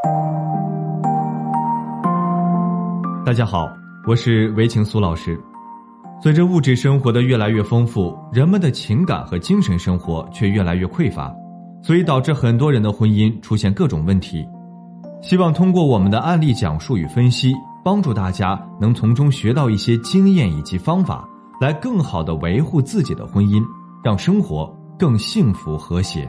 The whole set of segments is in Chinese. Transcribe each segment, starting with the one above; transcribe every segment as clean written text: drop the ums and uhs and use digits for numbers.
大家好，我是韦晴苏老师。随着物质生活的越来越丰富，人们的情感和精神生活却越来越匮乏，所以导致很多人的婚姻出现各种问题。希望通过我们的案例讲述与分析，帮助大家能从中学到一些经验以及方法，来更好地维护自己的婚姻，让生活更幸福和谐。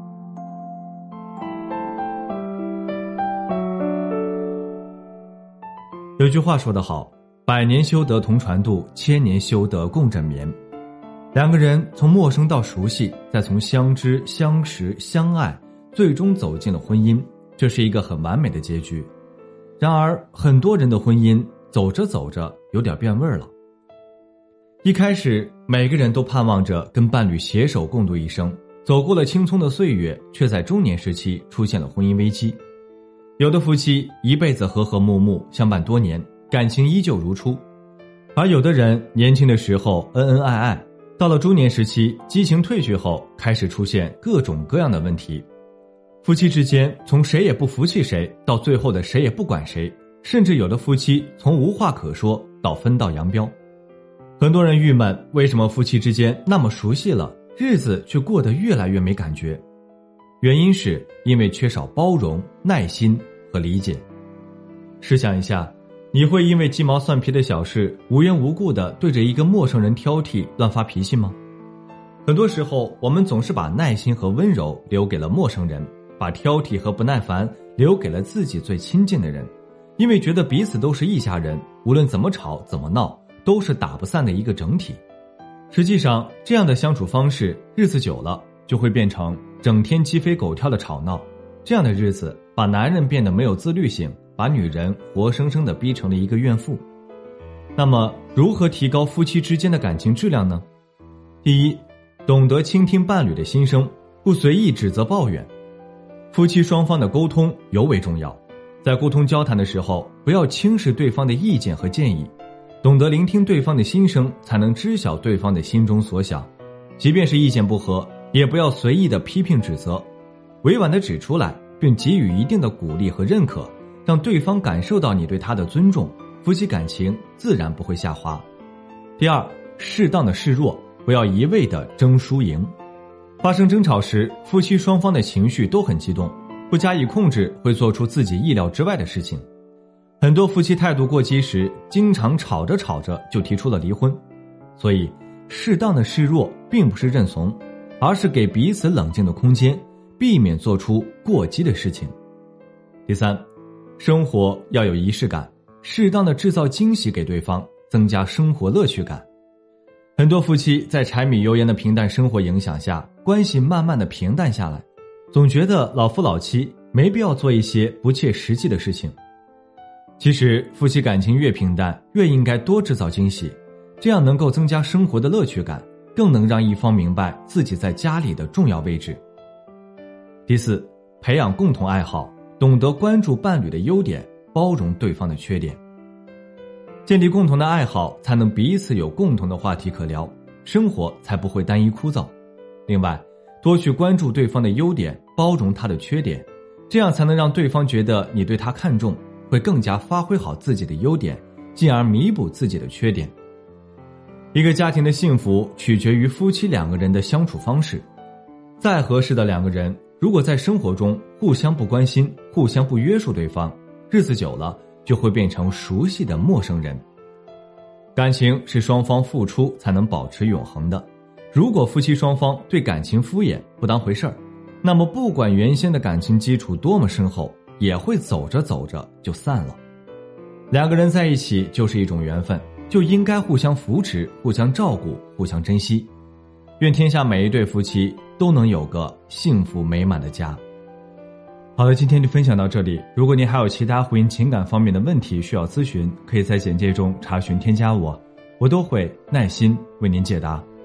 有句话说得好，100年修得同船渡，1000年修得共枕眠。两个人从陌生到熟悉，再从相知、相识、相爱，最终走进了婚姻，这是一个很完美的结局。然而很多人的婚姻走着走着有点变味了。一开始每个人都盼望着跟伴侣携手共度一生，走过了青葱的岁月，却在中年时期出现了婚姻危机。有的夫妻一辈子和和睦睦，相伴多年，感情依旧如初，而有的人年轻的时候恩恩爱爱，到了中年时期，激情褪去后，开始出现各种各样的问题。夫妻之间从谁也不服气谁，到最后的谁也不管谁，甚至有的夫妻从无话可说到分道扬镳。很多人郁闷，为什么夫妻之间那么熟悉了，日子却过得越来越没感觉？原因是因为缺少包容、耐心和理解。试想一下，你会因为鸡毛蒜皮的小事无缘无故地对着一个陌生人挑剔、乱发脾气吗？很多时候我们总是把耐心和温柔留给了陌生人，把挑剔和不耐烦留给了自己最亲近的人，因为觉得彼此都是一家人，无论怎么吵怎么闹都是打不散的一个整体。实际上这样的相处方式日子久了就会变成整天鸡飞狗跳的吵闹，这样的日子把男人变得没有自律性，把女人活生生地逼成了一个怨妇。那么如何提高夫妻之间的感情质量呢？第一，懂得倾听伴侣的心声，不随意指责抱怨。夫妻双方的沟通尤为重要，在沟通交谈的时候，不要轻视对方的意见和建议，懂得聆听对方的心声，才能知晓对方的心中所想。即便是意见不合，也不要随意的批评指责，委婉的指出来，并给予一定的鼓励和认可，让对方感受到你对他的尊重，夫妻感情自然不会下滑。第二，适当的示弱，不要一味的争输赢。发生争吵时，夫妻双方的情绪都很激动，不加以控制，会做出自己意料之外的事情。很多夫妻态度过激时，经常吵着吵着就提出了离婚。所以适当的示弱并不是认怂，而是给彼此冷静的空间，避免做出过激的事情。第三，生活要有仪式感，适当的制造惊喜给对方，增加生活乐趣感。很多夫妻在柴米油盐的平淡生活影响下，关系慢慢的平淡下来，总觉得老夫老妻，没必要做一些不切实际的事情。其实夫妻感情越平淡，越应该多制造惊喜，这样能够增加生活的乐趣感，更能让一方明白自己在家里的重要位置。第四，培养共同爱好，懂得关注伴侣的优点，包容对方的缺点。建立共同的爱好，才能彼此有共同的话题可聊，生活才不会单一枯燥。另外，多去关注对方的优点，包容他的缺点，这样才能让对方觉得你对他看重，会更加发挥好自己的优点，进而弥补自己的缺点。一个家庭的幸福取决于夫妻两个人的相处方式。再合适的两个人，如果在生活中互相不关心，互相不约束对方，日子久了就会变成熟悉的陌生人。感情是双方付出才能保持永恒的，如果夫妻双方对感情敷衍不当回事儿，那么不管原先的感情基础多么深厚，也会走着走着就散了。两个人在一起就是一种缘分，就应该互相扶持，互相照顾，互相珍惜。愿天下每一对夫妻都能有个幸福美满的家。好了，今天就分享到这里。如果您还有其他婚姻情感方面的问题需要咨询，可以在简介中查询添加我，我都会耐心为您解答。